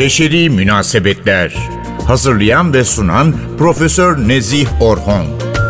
Beşeri Münasebetler. Hazırlayan ve sunan Profesör Nezih Orhon.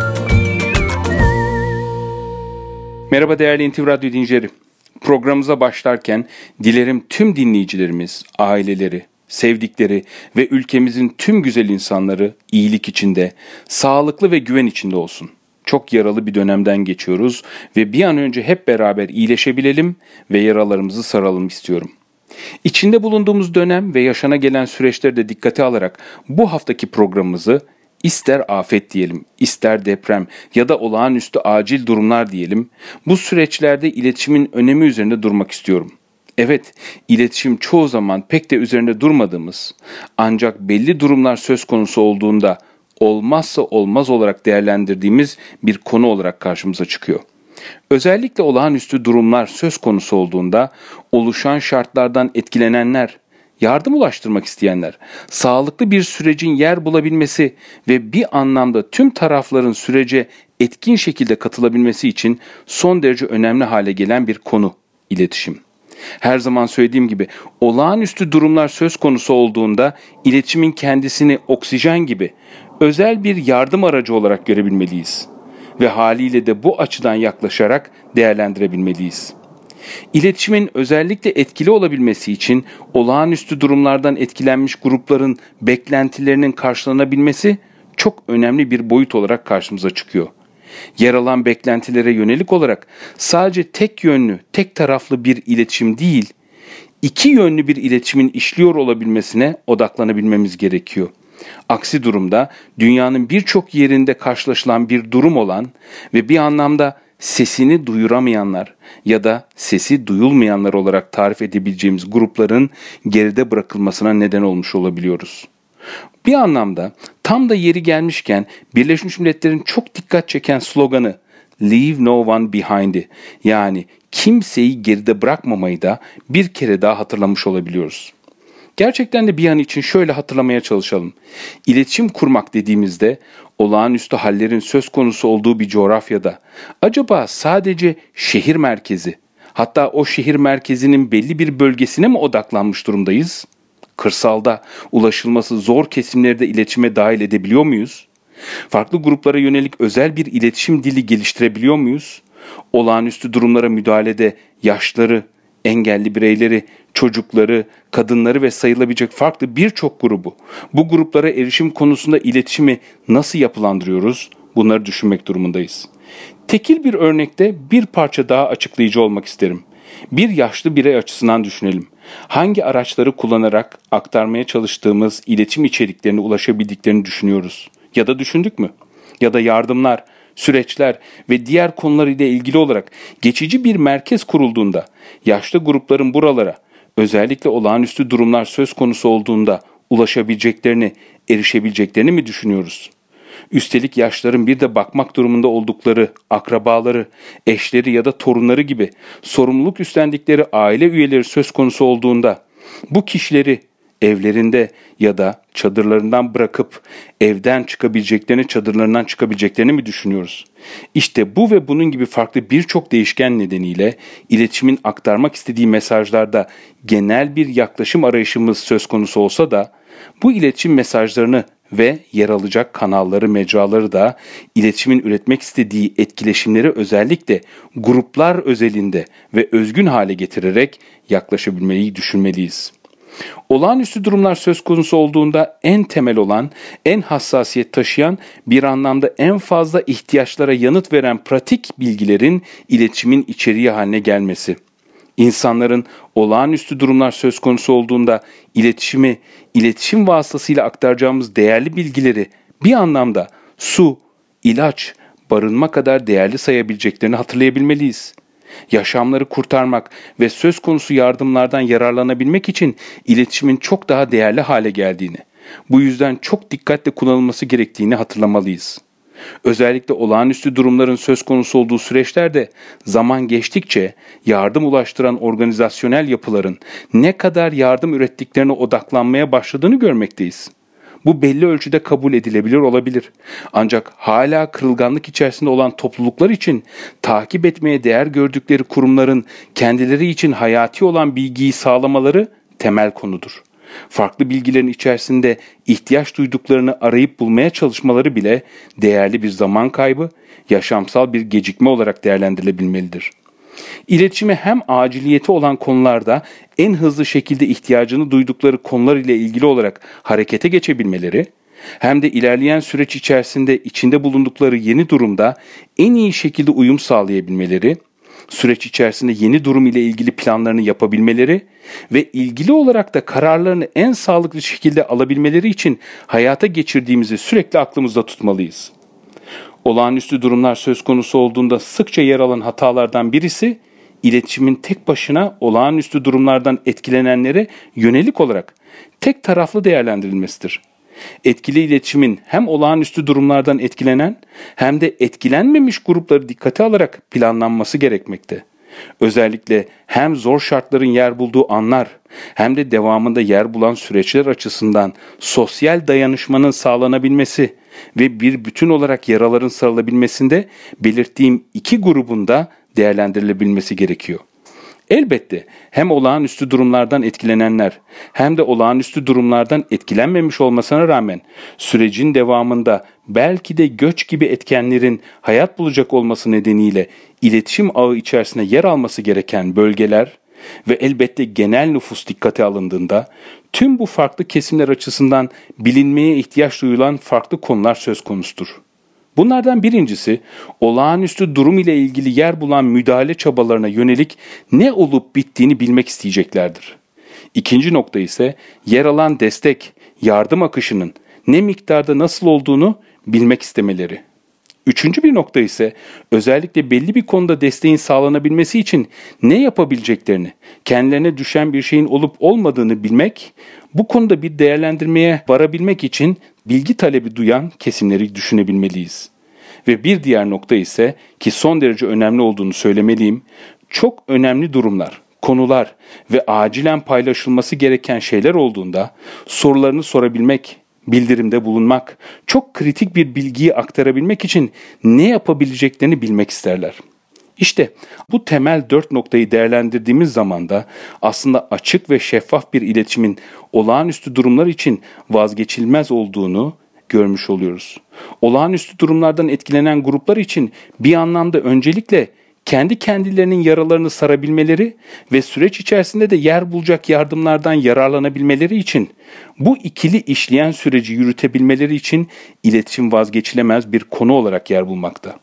Merhaba değerli NTV Radyo dinleyicileri. Programımıza başlarken dilerim tüm dinleyicilerimiz, aileleri, sevdikleri ve ülkemizin tüm güzel insanları iyilik içinde, sağlıklı ve güven içinde olsun. Çok yaralı bir dönemden geçiyoruz ve bir an önce hep beraber iyileşebilelim ve yaralarımızı saralım istiyorum. İçinde bulunduğumuz dönem ve yaşana gelen süreçleri de dikkate alarak bu haftaki programımızı ister afet diyelim, ister deprem ya da olağanüstü acil durumlar diyelim, bu süreçlerde iletişimin önemi üzerinde durmak istiyorum. Evet, iletişim çoğu zaman pek de üzerinde durmadığımız, ancak belli durumlar söz konusu olduğunda olmazsa olmaz olarak değerlendirdiğimiz bir konu olarak karşımıza çıkıyor. Özellikle olağanüstü durumlar söz konusu olduğunda oluşan şartlardan etkilenenler, yardım ulaştırmak isteyenler, sağlıklı bir sürecin yer bulabilmesi ve bir anlamda tüm tarafların sürece etkin şekilde katılabilmesi için son derece önemli hale gelen bir konu iletişim. Her zaman söylediğim gibi olağanüstü durumlar söz konusu olduğunda iletişimin kendisini oksijen gibi özel bir yardım aracı olarak görebilmeliyiz ve haliyle de bu açıdan yaklaşarak değerlendirebilmeliyiz. İletişimin özellikle etkili olabilmesi için olağanüstü durumlardan etkilenmiş grupların beklentilerinin karşılanabilmesi çok önemli bir boyut olarak karşımıza çıkıyor. Yer alan beklentilere yönelik olarak sadece tek yönlü, tek taraflı bir iletişim değil, iki yönlü bir iletişimin işliyor olabilmesine odaklanabilmemiz gerekiyor. Aksi durumda dünyanın birçok yerinde karşılaşılan bir durum olan ve bir anlamda sesini duyuramayanlar ya da sesi duyulmayanlar olarak tarif edebileceğimiz grupların geride bırakılmasına neden olmuş olabiliyoruz. Bir anlamda tam da yeri gelmişken Birleşmiş Milletler'in çok dikkat çeken sloganı "Leave no one behind'i" yani kimseyi geride bırakmamayı da bir kere daha hatırlamış olabiliyoruz. Gerçekten de bir an için şöyle hatırlamaya çalışalım. İletişim kurmak dediğimizde olağanüstü hallerin söz konusu olduğu bir coğrafyada acaba sadece şehir merkezi, hatta o şehir merkezinin belli bir bölgesine mi odaklanmış durumdayız? Kırsalda ulaşılması zor kesimleri de iletişime dahil edebiliyor muyuz? Farklı gruplara yönelik özel bir iletişim dili geliştirebiliyor muyuz? Olağanüstü durumlara müdahalede yaşlıları, engelli bireyleri, çocukları, kadınları ve sayılabilecek farklı birçok grubu, bu gruplara erişim konusunda iletişimi nasıl yapılandırıyoruz? Bunları düşünmek durumundayız. Tekil bir örnekte bir parça daha açıklayıcı olmak isterim. Bir yaşlı birey açısından düşünelim. Hangi araçları kullanarak aktarmaya çalıştığımız iletişim içeriklerine ulaşabildiklerini düşünüyoruz? Ya da düşündük mü? Ya da yardımlar, süreçler ve diğer konular ile ilgili olarak geçici bir merkez kurulduğunda yaşlı grupların buralara, özellikle olağanüstü durumlar söz konusu olduğunda ulaşabileceklerini, erişebileceklerini mi düşünüyoruz? Üstelik yaşların bir de bakmak durumunda oldukları akrabaları, eşleri ya da torunları gibi sorumluluk üstlendikleri aile üyeleri söz konusu olduğunda bu kişileri evlerinde ya da çadırlarından bırakıp evden çıkabileceklerini, çadırlarından çıkabileceklerini mi düşünüyoruz? İşte bu ve bunun gibi farklı birçok değişken nedeniyle iletişimin aktarmak istediği mesajlarda genel bir yaklaşım arayışımız söz konusu olsa da bu iletişim mesajlarını ve yer alacak kanalları, mecraları da iletişimin üretmek istediği etkileşimleri özellikle gruplar özelinde ve özgün hale getirerek yaklaşabilmeyi düşünmeliyiz. Olağanüstü durumlar söz konusu olduğunda en temel olan, en hassasiyet taşıyan, bir anlamda en fazla ihtiyaçlara yanıt veren pratik bilgilerin iletişimin içeriği haline gelmesi. İnsanların olağanüstü durumlar söz konusu olduğunda iletişim vasıtasıyla aktaracağımız değerli bilgileri bir anlamda su, ilaç, barınma kadar değerli sayabileceklerini hatırlayabilmeliyiz. Yaşamları kurtarmak ve söz konusu yardımlardan yararlanabilmek için iletişimin çok daha değerli hale geldiğini, bu yüzden çok dikkatle kullanılması gerektiğini hatırlamalıyız. Özellikle olağanüstü durumların söz konusu olduğu süreçlerde zaman geçtikçe yardım ulaştıran organizasyonel yapıların ne kadar yardım ürettiklerine odaklanmaya başladığını görmekteyiz. Bu belli ölçüde kabul edilebilir olabilir. Ancak hala kırılganlık içerisinde olan topluluklar için takip etmeye değer gördükleri kurumların kendileri için hayati olan bilgiyi sağlamaları temel konudur. Farklı bilgilerin içerisinde ihtiyaç duyduklarını arayıp bulmaya çalışmaları bile değerli bir zaman kaybı, yaşamsal bir gecikme olarak değerlendirilebilmelidir. İletişime hem aciliyeti olan konularda en hızlı şekilde ihtiyacını duydukları konular ile ilgili olarak harekete geçebilmeleri, hem de ilerleyen süreç içerisinde içinde bulundukları yeni durumda en iyi şekilde uyum sağlayabilmeleri, süreç içerisinde yeni durum ile ilgili planlarını yapabilmeleri ve ilgili olarak da kararlarını en sağlıklı şekilde alabilmeleri için hayata geçirdiğimizi sürekli aklımızda tutmalıyız. Olağanüstü durumlar söz konusu olduğunda sıkça yer alan hatalardan birisi, iletişimin tek başına olağanüstü durumlardan etkilenenlere yönelik olarak tek taraflı değerlendirilmesidir. Etkili iletişimin hem olağanüstü durumlardan etkilenen hem de etkilenmemiş grupları dikkate alarak planlanması gerekmekte. Özellikle hem zor şartların yer bulduğu anlar hem de devamında yer bulan süreçler açısından sosyal dayanışmanın sağlanabilmesi ve bir bütün olarak yaraların sarılabilmesinde belirttiğim iki grubun da değerlendirilebilmesi gerekiyor. Elbette hem olağanüstü durumlardan etkilenenler hem de olağanüstü durumlardan etkilenmemiş olmasına rağmen sürecin devamında belki de göç gibi etkenlerin hayat bulacak olması nedeniyle iletişim ağı içerisinde yer alması gereken bölgeler ve elbette genel nüfus dikkate alındığında tüm bu farklı kesimler açısından bilinmeye ihtiyaç duyulan farklı konular söz konusudur. Bunlardan birincisi, olağanüstü durum ile ilgili yer bulan müdahale çabalarına yönelik ne olup bittiğini bilmek isteyeceklerdir. İkinci nokta ise yer alan destek, yardım akışının ne miktarda nasıl olduğunu bilmek istemeleri. Üçüncü bir nokta ise özellikle belli bir konuda desteğin sağlanabilmesi için ne yapabileceklerini, kendilerine düşen bir şeyin olup olmadığını bilmek, bu konuda bir değerlendirmeye varabilmek için bilgi talebi duyan kesimleri düşünebilmeliyiz. Ve bir diğer nokta ise ki son derece önemli olduğunu söylemeliyim, çok önemli durumlar, konular ve acilen paylaşılması gereken şeyler olduğunda sorularını sorabilmek, bildirimde bulunmak, çok kritik bir bilgiyi aktarabilmek için ne yapabileceklerini bilmek isterler. İşte bu temel 4 noktayı değerlendirdiğimiz zaman da aslında açık ve şeffaf bir iletişimin olağanüstü durumlar için vazgeçilmez olduğunu görmüş oluyoruz. Olağanüstü durumlardan etkilenen gruplar için bir anlamda öncelikle kendi kendilerinin yaralarını sarabilmeleri ve süreç içerisinde de yer bulacak yardımlardan yararlanabilmeleri için bu ikili işleyen süreci yürütebilmeleri için iletişim vazgeçilemez bir konu olarak yer bulmakta.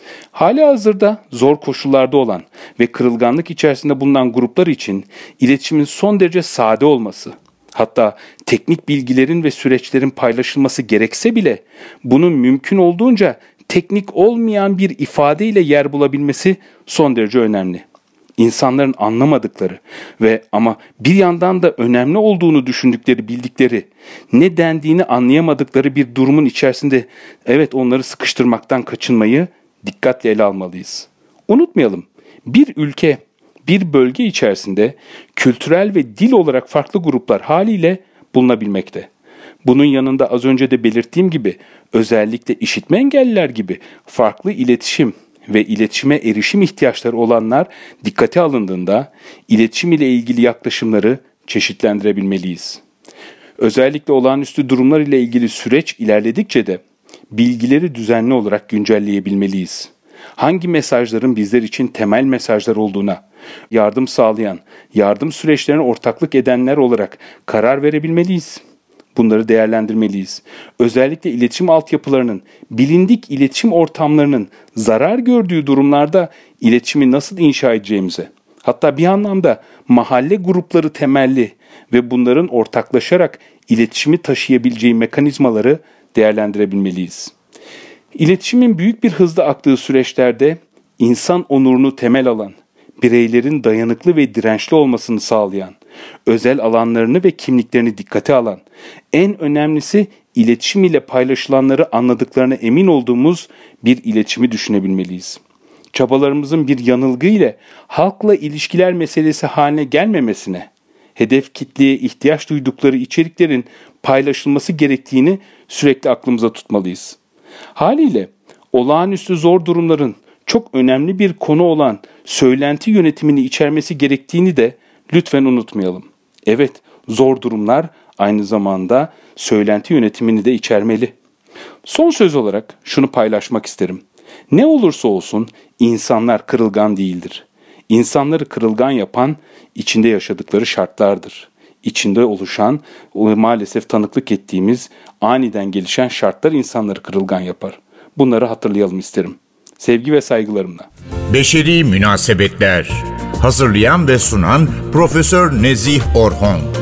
Halihazırda zor koşullarda olan ve kırılganlık içerisinde bulunan gruplar için iletişimin son derece sade olması, hatta teknik bilgilerin ve süreçlerin paylaşılması gerekse bile bunun mümkün olduğunca teknik olmayan bir ifadeyle yer bulabilmesi son derece önemli. İnsanların anlamadıkları ve ama bir yandan da önemli olduğunu düşündükleri, bildikleri, ne dendiğini anlayamadıkları bir durumun içerisinde onları sıkıştırmaktan kaçınmayı dikkatle ele almalıyız. Unutmayalım, bir ülke, bir bölge içerisinde kültürel ve dil olarak farklı gruplar haliyle bulunabilmekte. Bunun yanında az önce de belirttiğim gibi özellikle işitme engelliler gibi farklı iletişim ve iletişime erişim ihtiyaçları olanlar dikkate alındığında iletişim ile ilgili yaklaşımları çeşitlendirebilmeliyiz. Özellikle olağanüstü durumlar ile ilgili süreç ilerledikçe de bilgileri düzenli olarak güncelleyebilmeliyiz. Hangi mesajların bizler için temel mesajlar olduğuna, yardım sağlayan, yardım süreçlerine ortaklık edenler olarak karar verebilmeliyiz. Bunları değerlendirmeliyiz. Özellikle iletişim altyapılarının, bilindik iletişim ortamlarının zarar gördüğü durumlarda iletişimi nasıl inşa edeceğimize, hatta bir anlamda mahalle grupları temelli ve bunların ortaklaşarak iletişimi taşıyabileceği mekanizmaları değerlendirebilmeliyiz. İletişimin büyük bir hızla aktığı süreçlerde insan onurunu temel alan, bireylerin dayanıklı ve dirençli olmasını sağlayan, özel alanlarını ve kimliklerini dikkate alan, en önemlisi iletişim ile paylaşılanları anladıklarına emin olduğumuz bir iletişimi düşünebilmeliyiz. Çabalarımızın bir yanılgı ile halkla ilişkiler meselesi haline gelmemesine, hedef kitleye ihtiyaç duydukları içeriklerin paylaşılması gerektiğini sürekli aklımıza tutmalıyız. Haliyle olağanüstü zor durumların çok önemli bir konu olan söylenti yönetimini içermesi gerektiğini de lütfen unutmayalım. Evet, zor durumlar aynı zamanda söylenti yönetimini de içermeli. Son söz olarak şunu paylaşmak isterim. Ne olursa olsun insanlar kırılgan değildir. İnsanları kırılgan yapan içinde yaşadıkları şartlardır. İçinde oluşan, maalesef tanıklık ettiğimiz aniden gelişen şartlar insanları kırılgan yapar. Bunları hatırlayalım isterim. Sevgi ve saygılarımla. Beşeri Münasebetler. Hazırlayan ve sunan Profesör Nezih Orhon.